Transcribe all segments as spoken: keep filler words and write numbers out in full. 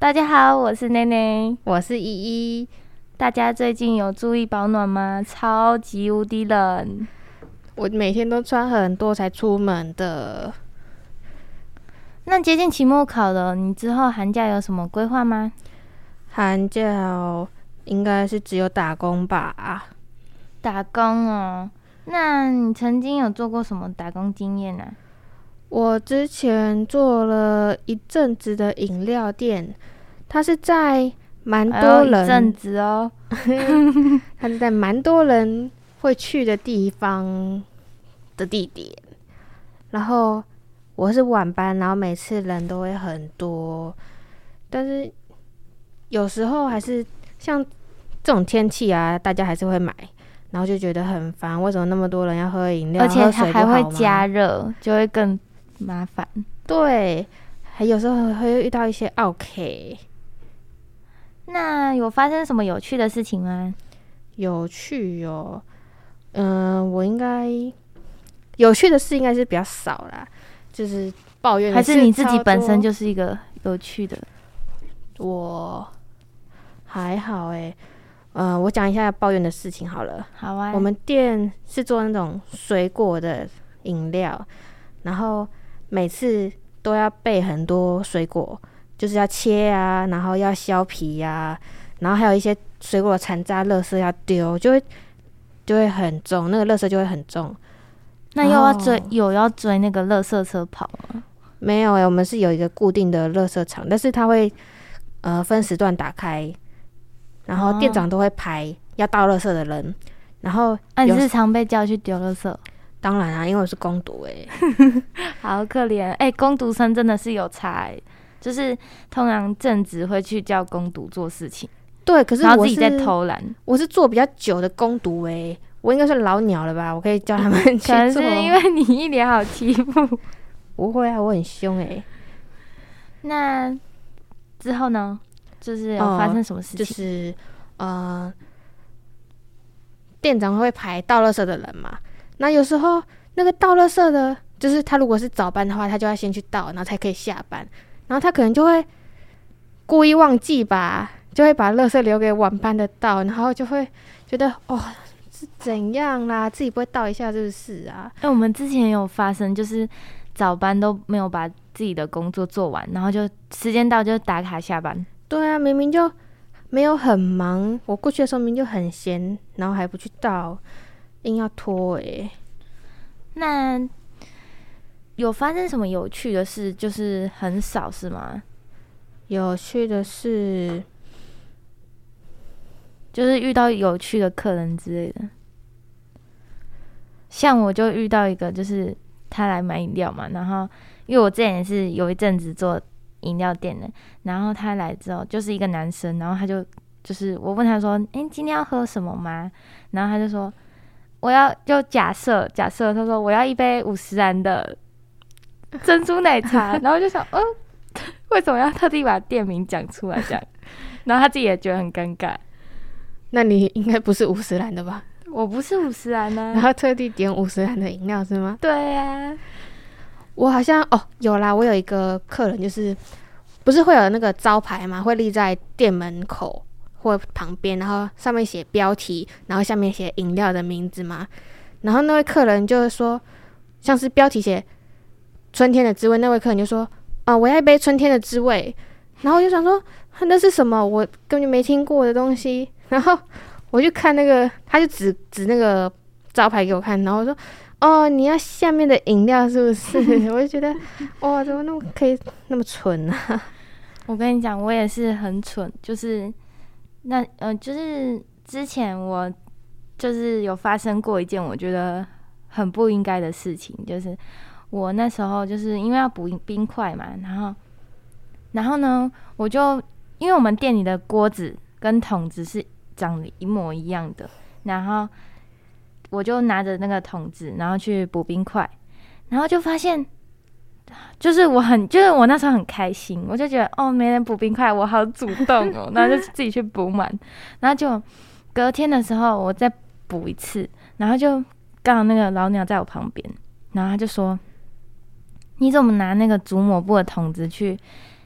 大家好，我是内内， 我是依依。 大家最近有注意保暖吗？超级无敌冷， 我每天都穿很多才出门的。 那接近期末考了，你之后寒假有什么规划吗？ 寒假应该是只有打工吧。 打工哦，那你曾经有做过什么打工经验啊？ 我之前做了一阵子的饮料店，它是在蛮多人， 哎、一阵子哦， 它是在蛮多人会去的地方的地点。然后我是晚班，然后每次人都会很多，但是有时候还是像这种天气啊，大家还是会买。然后就觉得很烦，为什么那么多人要喝饮料？ 而且它还会加热， 热，就会更麻烦。 对，还有时候会遇到一些 OK。 那有发生什么有趣的事情吗？ 有趣哦，嗯、呃，我应该有趣的事应该是比较少啦，就是抱怨的还事是你自己超多本身就是一个有趣的？ 我还好哎。呃，我讲一下抱怨的事情好了。 好啊， 我们店是做那种水果的饮料，然后每次都要备很多水果，就是要切啊，然后要削皮啊，然后还有一些水果残渣、垃圾要丢，就会就会很重，那个垃圾就会很重。 那又要追，有要追那个垃圾车跑吗？ 没有哎、欸，我们是有一个固定的垃圾场，但是它会呃分时段打开。然后店长都会排要倒垃圾的人，哦、然后啊，你是常被叫去丢垃圾？ 当然啊，因为我是工读哎， 好可怜哎，工读生真的是有差哎，就是通常正职会去叫工读做事情， 对，可是然后自己在偷懒。 我是做比较久的工读哎，我应该算老鸟了吧？我可以叫他们去做。 可能是因为你一脸好欺负。 不会啊，我很凶哎。 那之后呢？就是有发生什么事情？ 哦、就是呃，店长会排倒垃圾的人嘛。那有时候那个倒垃圾的，就是他如果是早班的话，他就要先去倒，然后才可以下班。然后他可能就会故意忘记吧，就会把垃圾留给晚班的倒，然后就会觉得哦是怎样啦，自己不会倒一下是不是啊？ 哎、欸，我们之前有发生，就是早班都没有把自己的工作做完，然后就时间到就打卡下班。 对啊，明明就没有很忙，我过去的时候明明就很闲，然后还不去倒，硬要拖哎、欸。 那有发生什么有趣的事？就是很少是吗？ 有趣的事， 就是遇到有趣的客人之类的。像我就遇到一个，就是他来买饮料嘛，然后因为我之前也是有一阵子做饮料店的，然后他来之后就是一个男生，然后他就就是我问他说：“哎、欸，今天要喝什么吗？”然后他就说：“我要就假设假设，他说我要一杯五十兰的珍珠奶茶。”然后我就想，嗯、呃，为什么要特地把店名讲出来这样？然后他自己也觉得很尴尬。 那你应该不是五十兰的吧？ 我不是五十兰呢， 然后特地点五十兰的饮料是吗？ 对呀、啊。 我好像哦有啦，我有一个客人就是不是会有那个招牌嘛，会立在店门口或旁边，然后上面写标题，然后下面写饮料的名字嘛。然后那位客人就说，像是标题写春天的滋味，那位客人就说啊、呃，我要一杯春天的滋味。然后我就想说那是什么，我根本就没听过的东西。然后我就看那个，他就指指那个招牌给我看，然后我说哦，你要下面的饮料是不是？我就觉得，哇，怎么那么可以那么蠢啊？ 我跟你讲，我也是很蠢，就是那呃，就是之前我就是有发生过一件我觉得很不应该的事情，就是我那时候就是因为要补冰块嘛，然后然后呢，我就因为我们店里的锅子跟桶子是长得一模一样的，然后我就拿着那个桶子，然后去补冰块，然后就发现，就是我很，就是我那时候很开心，我就觉得哦，没人补冰块，我好主动哦，然后就自己去补满，然后就隔天的时候我再补一次，然后就刚好那个老鸟在我旁边，然后他就说：“你怎么拿那个煮抹布的桶子去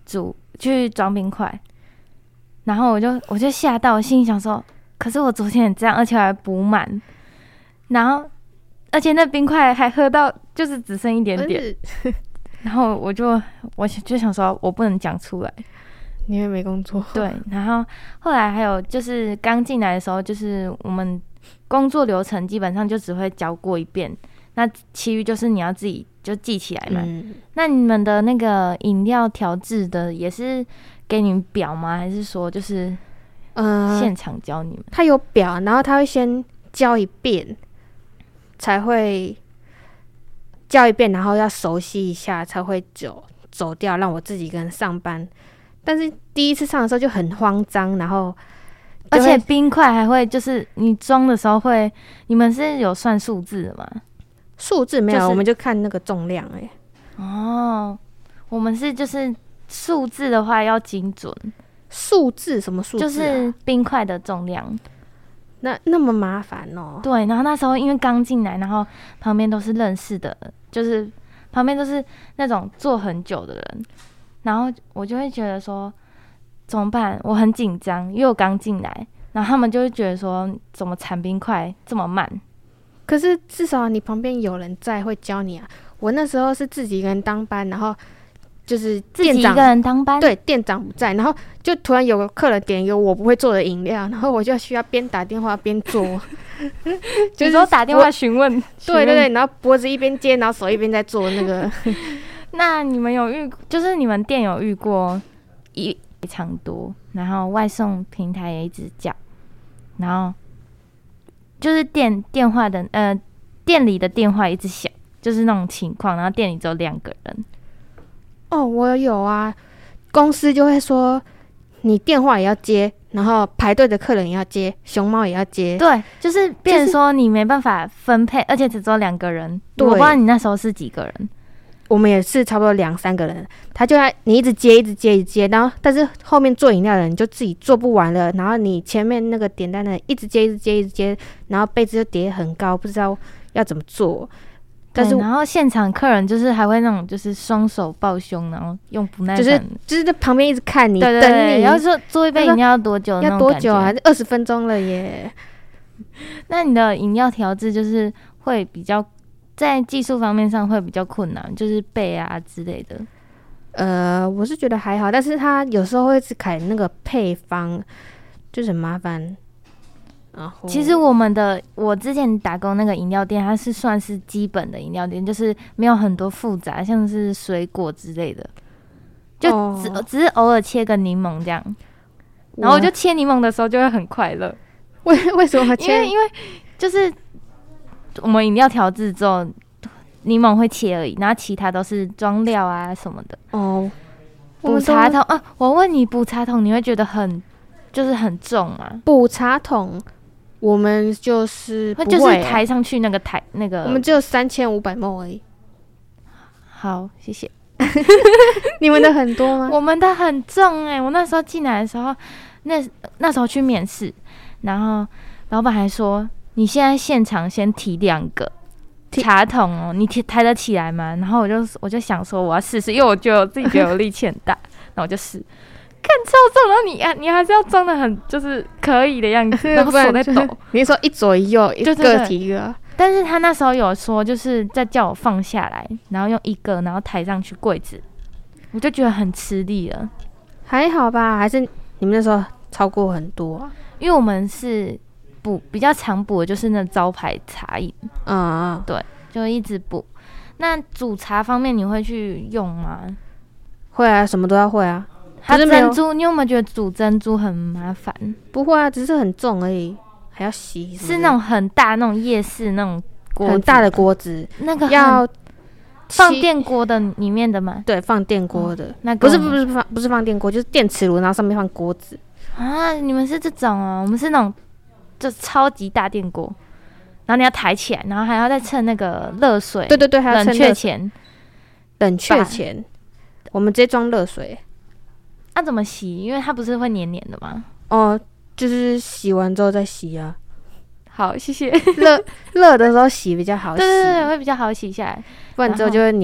煮去装冰块，然后我就我就吓到，我心里想说，可是我昨天也这样，而且还补满，然后而且那冰块还喝到就是只剩一点点，然后我就我就想说，我不能讲出来。 因为没工作。 对，然后后来还有就是刚进来的时候，就是我们工作流程基本上就只会教过一遍，那其余就是你要自己就记起来嘛。嗯、那你们的那个饮料调制的也是给你们表吗？还是说就是呃现场教你们？ 他有表，然后他会先教一遍，才会教一遍，然后要熟悉一下才会走走掉，让我自己一个人上班。但是第一次上的时候就很慌张，然后而且冰块还会就是你装的时候会，你们是有算数字的吗？ 数字没有，就是、我们就看那个重量哎、 欸。哦，我们是就是数字的话要精准。 数字什么数字、啊？ 就是冰块的重量。 那那么麻烦哦。 对，然后那时候因为刚进来，然后旁边都是认识的，就是旁边都是那种做很久的人。然后我就会觉得说怎么办？我很紧张，因为我刚进来，然后他们就会觉得说怎么铲冰块这么慢？ 可是至少你旁边有人在会教你啊。我那时候是自己一个人当班，然后就是店长自己一个人当班， 对，店长不在，然后就突然有个客人点一个我不会做的饮料，然后我就需要边打电话边做， 就是说打电话询问， 对对对，然后脖子一边接，然后手一边在做那个。 那你们有遇，就是你们店有遇过一非常多，然后外送平台也一直叫，然后就是电电话的呃店里的电话一直响，就是那种情况，然后店里只有两个人。 哦，我有啊，公司就会说你电话也要接，然后排队的客人也要接，熊猫也要接。 对，就是变成说你没办法分配，而且只只有两个人。我不知道你那时候是几个人。 我们也是差不多两三个人，他就要你一直接一直接一直接，然后但是后面做饮料的人就自己做不完了，然后你前面那个点单的人一直接一直接一直接，然后杯子就叠很高，不知道要怎么做。 但是然后现场客人就是还会那种就是双手抱胸，然后用不耐烦， 就是就是在旁边一直看你， 对对对，等你，然后说做一杯饮料要多久？ 要多久啊？还是二十分钟了耶？ 那你的饮料调制就是会比较。在技术方面上会比较困难，就是背啊之类的。 呃，我是觉得还好，但是他有时候会只改那个配方，就是很麻烦。然后， 其实我们的我之前打工那个饮料店，它是算是基本的饮料店，就是没有很多复杂，像是水果之类的，就只、哦、只是偶尔切个柠檬这样。然后我就切柠檬的时候就会很快乐。 为为什么切？ 因为因为就是。我们饮料调制之后，柠檬会切而已，然后其他都是装料啊什么的。哦，补茶桶啊，我问你，补茶桶你会觉得很就是很重吗？ 补茶桶我们就是不会、欸， 就是抬上去那个抬那个， 我们只有三千五百毫升而已。 好，谢谢。 你们的很多吗？ 我们的很重哎、欸！我那时候进来的时候，那那时候去面试，然后老板还说。你现在现场先提两个茶桶哦，你提抬得起来吗？然后我就我就想说我要试试，因为我觉得我自己觉得我力气很大，然后我就试，看超重，然后你啊你还是要装得很就是可以的样子，然后手在抖。 你说一左一右一个提一个， 但是他那时候有说就是在叫我放下来，然后用一个然后抬上去柜子，我就觉得很吃力了。 还好吧？还是你们那时候超过很多啊？ 因为我们是。补比较常补的就是那招牌茶饮，嗯，对，就一直补。那煮茶方面你会去用吗？ 会啊，什么都要会啊。 它珍珠，你有没有觉得煮珍珠很麻烦？ 不会啊，只是很重而已，还要洗。 是那种很大那种夜市那种锅子， 很大的锅子， 那个要放电锅的里面的吗？ 对，放电锅的。 哦、那不是不是放不是放电锅，就是电磁炉，然后上面放锅子。 啊，你们是这种哦，我们是那种。就超级大电锅，然后你要抬起来，然后还要再趁那个热水， 对对对，还要冷却前， 冷却前，我们直接装热水。 那、啊、怎么洗？因为它不是会黏黏的吗？ 哦，就是洗完之后再洗啊。 好，谢谢。 热热的时候洗比较好洗， 对对对，会比较好洗下来， 不然之后就会黏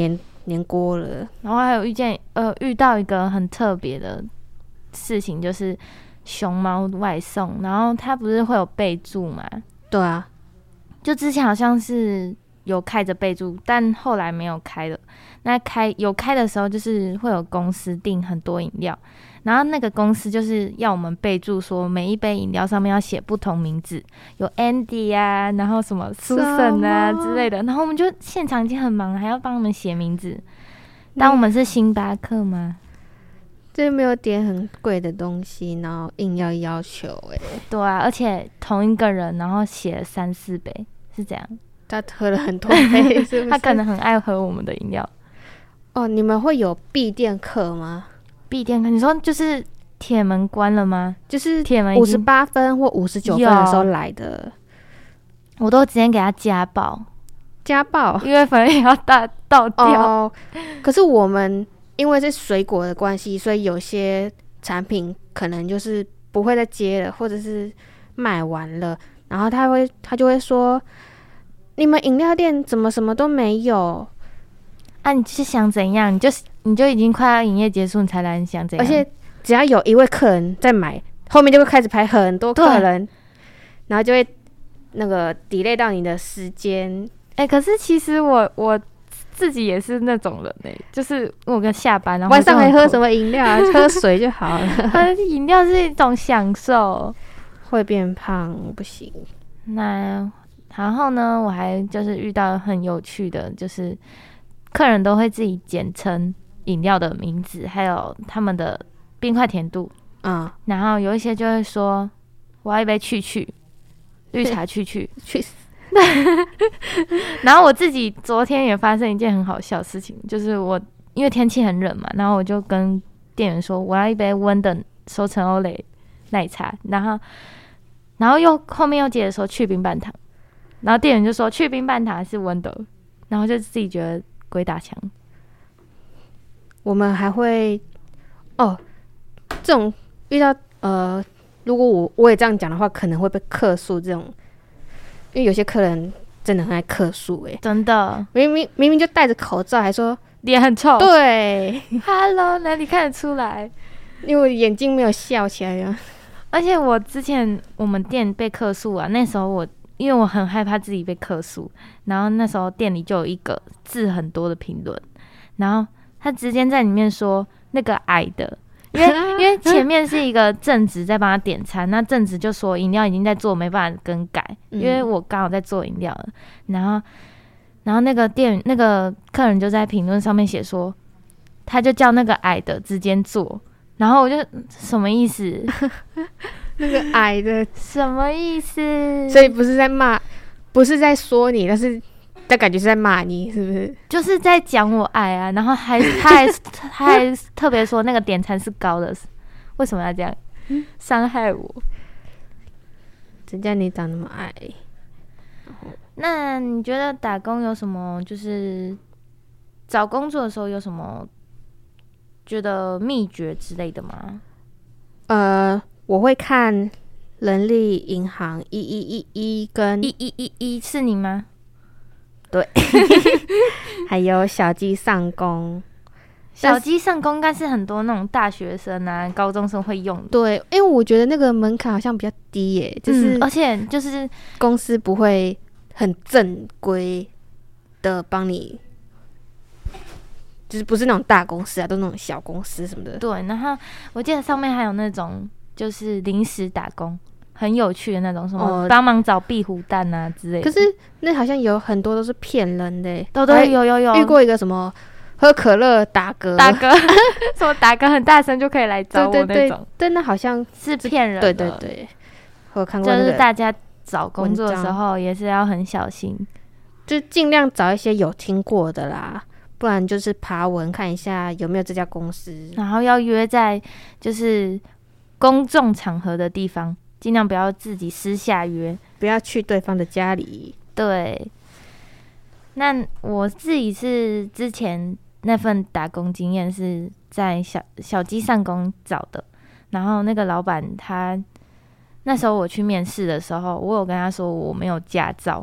年锅了。 然后还有遇见呃遇到一个很特别的事情，就是熊猫外送，然后它不是会有备注嘛？ 对啊， 就之前好像是有开着备注，但后来没有开了。那开有开的时候，就是会有公司订很多饮料，然后那个公司就是要我们备注说每一杯饮料上面要写不同名字，有 Andy 啊，然后什么 Susan 啊之类的，然后我们就现场已经很忙了，还要帮他们写名字。当我们是星巴克吗？ 这没有点很贵的东西，然后硬要要求哎、欸。 对啊，而且同一个人，然后写了三四杯，是这样。 他喝了很多杯，是不是？ 他可能很爱喝我们的饮料。 哦，你们会有闭店课吗？ 闭店课，你说就是铁门关了吗？ 就是铁门五十八分或五十九分的时候来的， 我都直接给他家暴， 家暴， 因为反正也要倒倒掉。 哦，可是我们因为是水果的关系，所以有些产品可能就是不会再接了，或者是卖完了，然后他会他就会说，你们饮料店怎么什么都没有？ 啊，你是想怎样？你就你就已经快要营业结束，你才来，你想怎样？ 而且只要有一位客人在买，后面就会开始排很多客人，然后就会那个 delay 到你的时间。 哎、欸，可是其实我我自己也是那种人哎、欸，就是我跟下班然后晚上还喝什么饮料啊？喝水就好了。 喝饮料是一种享受， 会变胖不行。 那然后呢，我还就是遇到很有趣的，就是客人都会自己简称饮料的名字，还有他们的冰块甜度。 嗯， 然后有一些就会说我要一杯去去绿茶去去去死。 然后我自己昨天也发生一件很好笑的事情，就是我因为天气很冷嘛，然后我就跟店员说我要一杯温的熟成欧蕾奶茶，然后然后又后面又接着说去冰半糖，然后店员就说去冰半糖是温的，然后就自己觉得鬼打墙。 我们还会哦，这种遇到呃，如果我我也这样讲的话，可能会被客诉这种，因为有些客人真的很爱客诉哎， 真的， 明明明明就戴着口罩，还说脸很臭。 对 ，Hello， 哪里看得出来？ 因为我眼睛没有笑起来呀。 而且我之前我们店被客诉啊，那时候我因为我很害怕自己被客诉，然后那时候店里就有一个字很多的评论，然后他直接在里面说那个矮的，因为因为前面是一个正职在帮他点餐，那正职就说饮料已经在做，没办法更改，因为我刚好在做饮料了，然后然后那个店那个客人就在评论上面写说，他就叫那个矮的直接做，然后我就什么意思？ 那个矮的什么意思？ 所以不是在骂，不是在说你，但是但感觉是在骂你，是不是？ 就是在讲我矮啊，然后还他还他还特别说那个点餐是高的，为什么要这样伤害我？ 人家你长那么矮。 那你觉得打工有什么？就是找工作的时候有什么觉得秘诀之类的吗？ 呃，我会看人力银行一一一一跟一一一一是你吗？ 对，还有小鸡上工。 小鸡上工应该是很多那种大学生啊、高中生会用的。 对，因为我觉得那个门槛好像比较低耶，就是、 嗯、而且就是公司不会很正规的帮你，就是不是那种大公司啊，都是那种小公司什么的。 对，然后我记得上面还有那种就是临时打工，很有趣的那种，什么帮忙找壁虎蛋啊之类的。 可是那好像有很多都是骗人的， 都都有有有遇过一个什么喝可乐打嗝， 打嗝什么打嗝很大声就可以来找我那种， 对对对，但那好像是骗人的。 对对对，我有看过、那個， 就是大家找工作的时候也是要很小心， 就尽量找一些有听过的啦。不然就是爬文看一下有没有这家公司， 然后要约在就是公众场合的地方，尽量不要自己私下约， 不要去对方的家里。 对，那我自己是之前那份打工经验是在小小鸡上工找的，然后那个老板他那时候我去面试的时候，我有跟他说我没有驾照，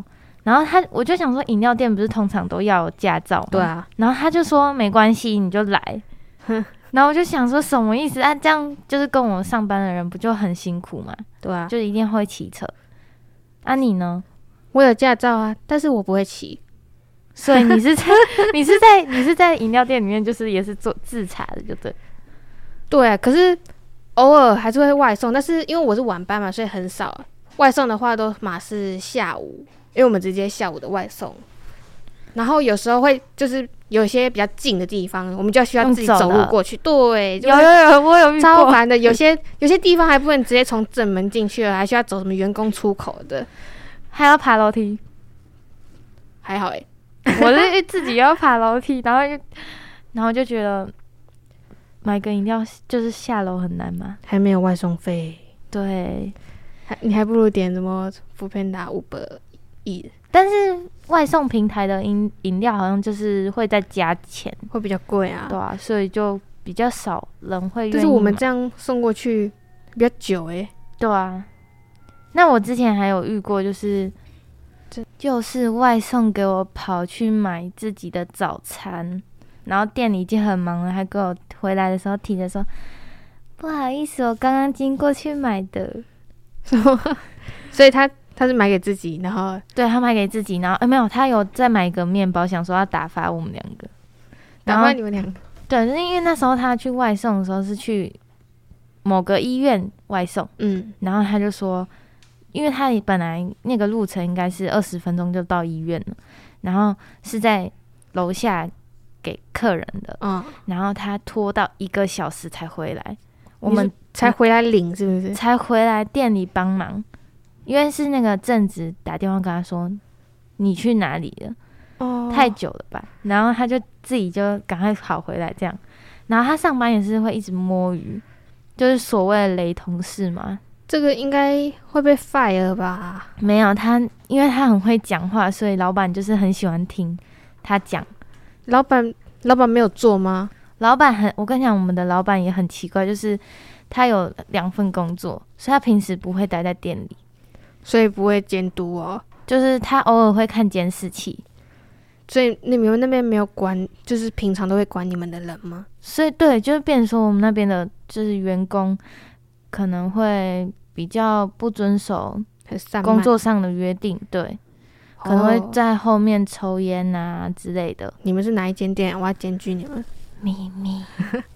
然后他我就想说，饮料店不是通常都要有驾照吗？ 对啊， 然后他就说没关系，你就来。然后我就想说什么意思啊？这样就是跟我上班的人不就很辛苦吗？ 对啊， 就一定会骑车。啊，你呢？ 我有驾照啊，但是我不会骑。 所以你是在你是在你是在饮料店里面，就是也是做自查的，就对。 对啊，可是偶尔还是会外送，但是因为我是晚班嘛，所以很少。外送的话都马是下午，因为我们直接下午的外送。然后有时候会就是有些比较近的地方，我们就需要自己走路过去。对， 有有有，我有遇过， 超烦的。有些有些地方还不能直接从正门进去了，还需要走什么员工出口的， 还要爬楼梯。 还好哎、 欸，我是自己要爬楼梯，然后就然后就觉得买个饮料就是下楼很难嘛， 还没有外送费。 对， 还你还不如点什么Foodpanda、Uber Eats。 但是外送平台的饮饮料好像就是会再加钱， 会比较贵啊。 对啊，所以就比较少人会愿意买。 但是我们这样送过去比较久哎、欸。 对啊，那我之前还有遇过，就是就是外送给我跑去买自己的早餐，然后店里已经很忙了，还给我回来的时候提着说不好意思，我刚刚经过去买的。 所以他。他是买给自己，然后对他买给自己，然后、欸、没有，他有再买一个面包，想说要打发我们两个， 打发你们两个。 对，因为那时候他去外送的时候是去某个医院外送，嗯，然后他就说，因为他本来那个路程应该是二十分钟就到医院了，然后是在楼下给客人的，嗯，然后他拖到一个小时才回来，我们才回来领是不是？ 才回来店里帮忙。因为是那个正职打电话跟他说你去哪里了、哦、太久了吧，然后他就自己就赶快跑回来这样，然后他上班也是会一直摸鱼，就是所谓的雷同事嘛。 这个应该会被 fire 吧？ 没有，他因为他很会讲话，所以老板就是很喜欢听他讲。 老板老板没有做吗？ 老板很，我跟你讲，我们的老板也很奇怪，就是他有两份工作，所以他平时不会待在店里， 所以不会监督哦， 就是他偶尔会看监视器。 所以你们那边没有管，就是平常都会管你们的人吗？ 所以对，就是变成说我们那边的就是员工可能会比较不遵守工作上的约定，对，可能会在后面抽烟啊之类的。 你们是哪一间店？我要检举你们。 秘密。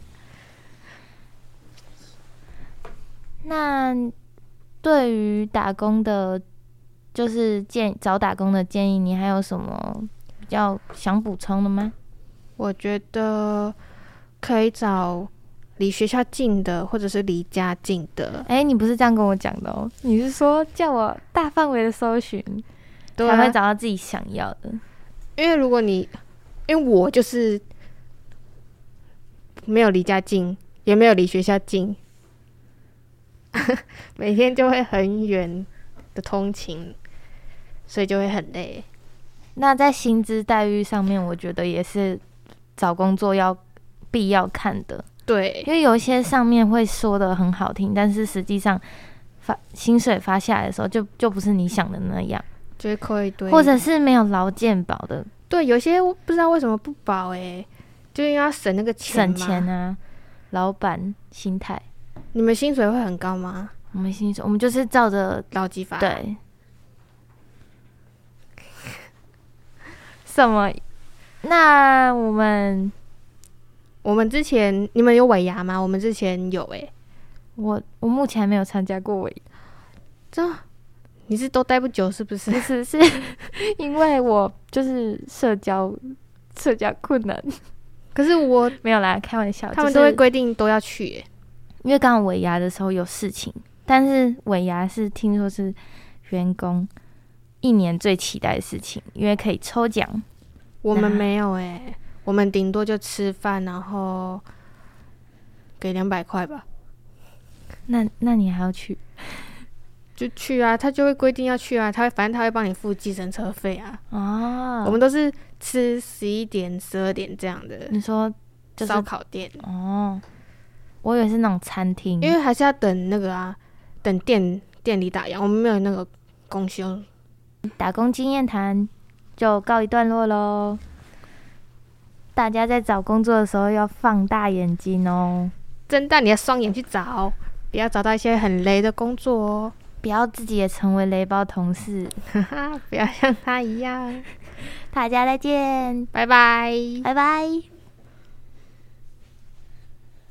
那对于打工的，就是建找打工的建议，你还有什么比较想补充的吗？ 我觉得可以找离学校近的，或者是离家近的。 哎、欸，你不是这样跟我讲的哦，你是说叫我大范围的搜寻， 对啊， 才会找到自己想要的。 因为如果你，因为我就是没有离家近，也没有离学校近，每天就会很远的通勤，所以就会很累。 那在薪资待遇上面，我觉得也是找工作要必要看的。 对， 因为有一些上面会说的很好听，但是实际上发薪水发下来的时候就，就就不是你想的那样， 就会扣一堆， 或者是没有劳健保的。 对，有些不知道为什么不保，哎、欸，就因为要省那个钱嘛。 省钱啊，老板心态。 你们薪水会很高吗？ 我们薪水，我们就是照着劳基法。 对。什么？那我们。 我们之前你们有尾牙吗？我们之前有哎、欸， 我我目前还没有参加过尾牙。 这你是都待不久是不是？ 不是，是因为我就是社交社交困难。 可是我没有啦，开玩笑。 他们都会规定都要去、欸， 因为刚好尾牙的时候有事情，但是尾牙是听说是员工一年最期待的事情，因为可以抽奖。 我们没有哎、欸。我们顶多就吃饭，然后给两百块吧。 那那你还要去？ 就去啊，他就会规定要去啊。他会，反正他会帮你付计程车费啊。 哦， 我们都是吃十一点、十二点这样的。 你说就是烧烤店哦？我以为是那种餐厅， 因为还是要等那个啊，等店店里打烊。我们没有那个公休打工经验谈就告一段落喽。大家在找工作的时候要放大眼睛哦， 睁大你的双眼去找，不要找到一些很雷的工作哦。 不要自己也成为雷包同事， 哈哈，不要像他一样。 大家再见， 拜拜， 拜拜。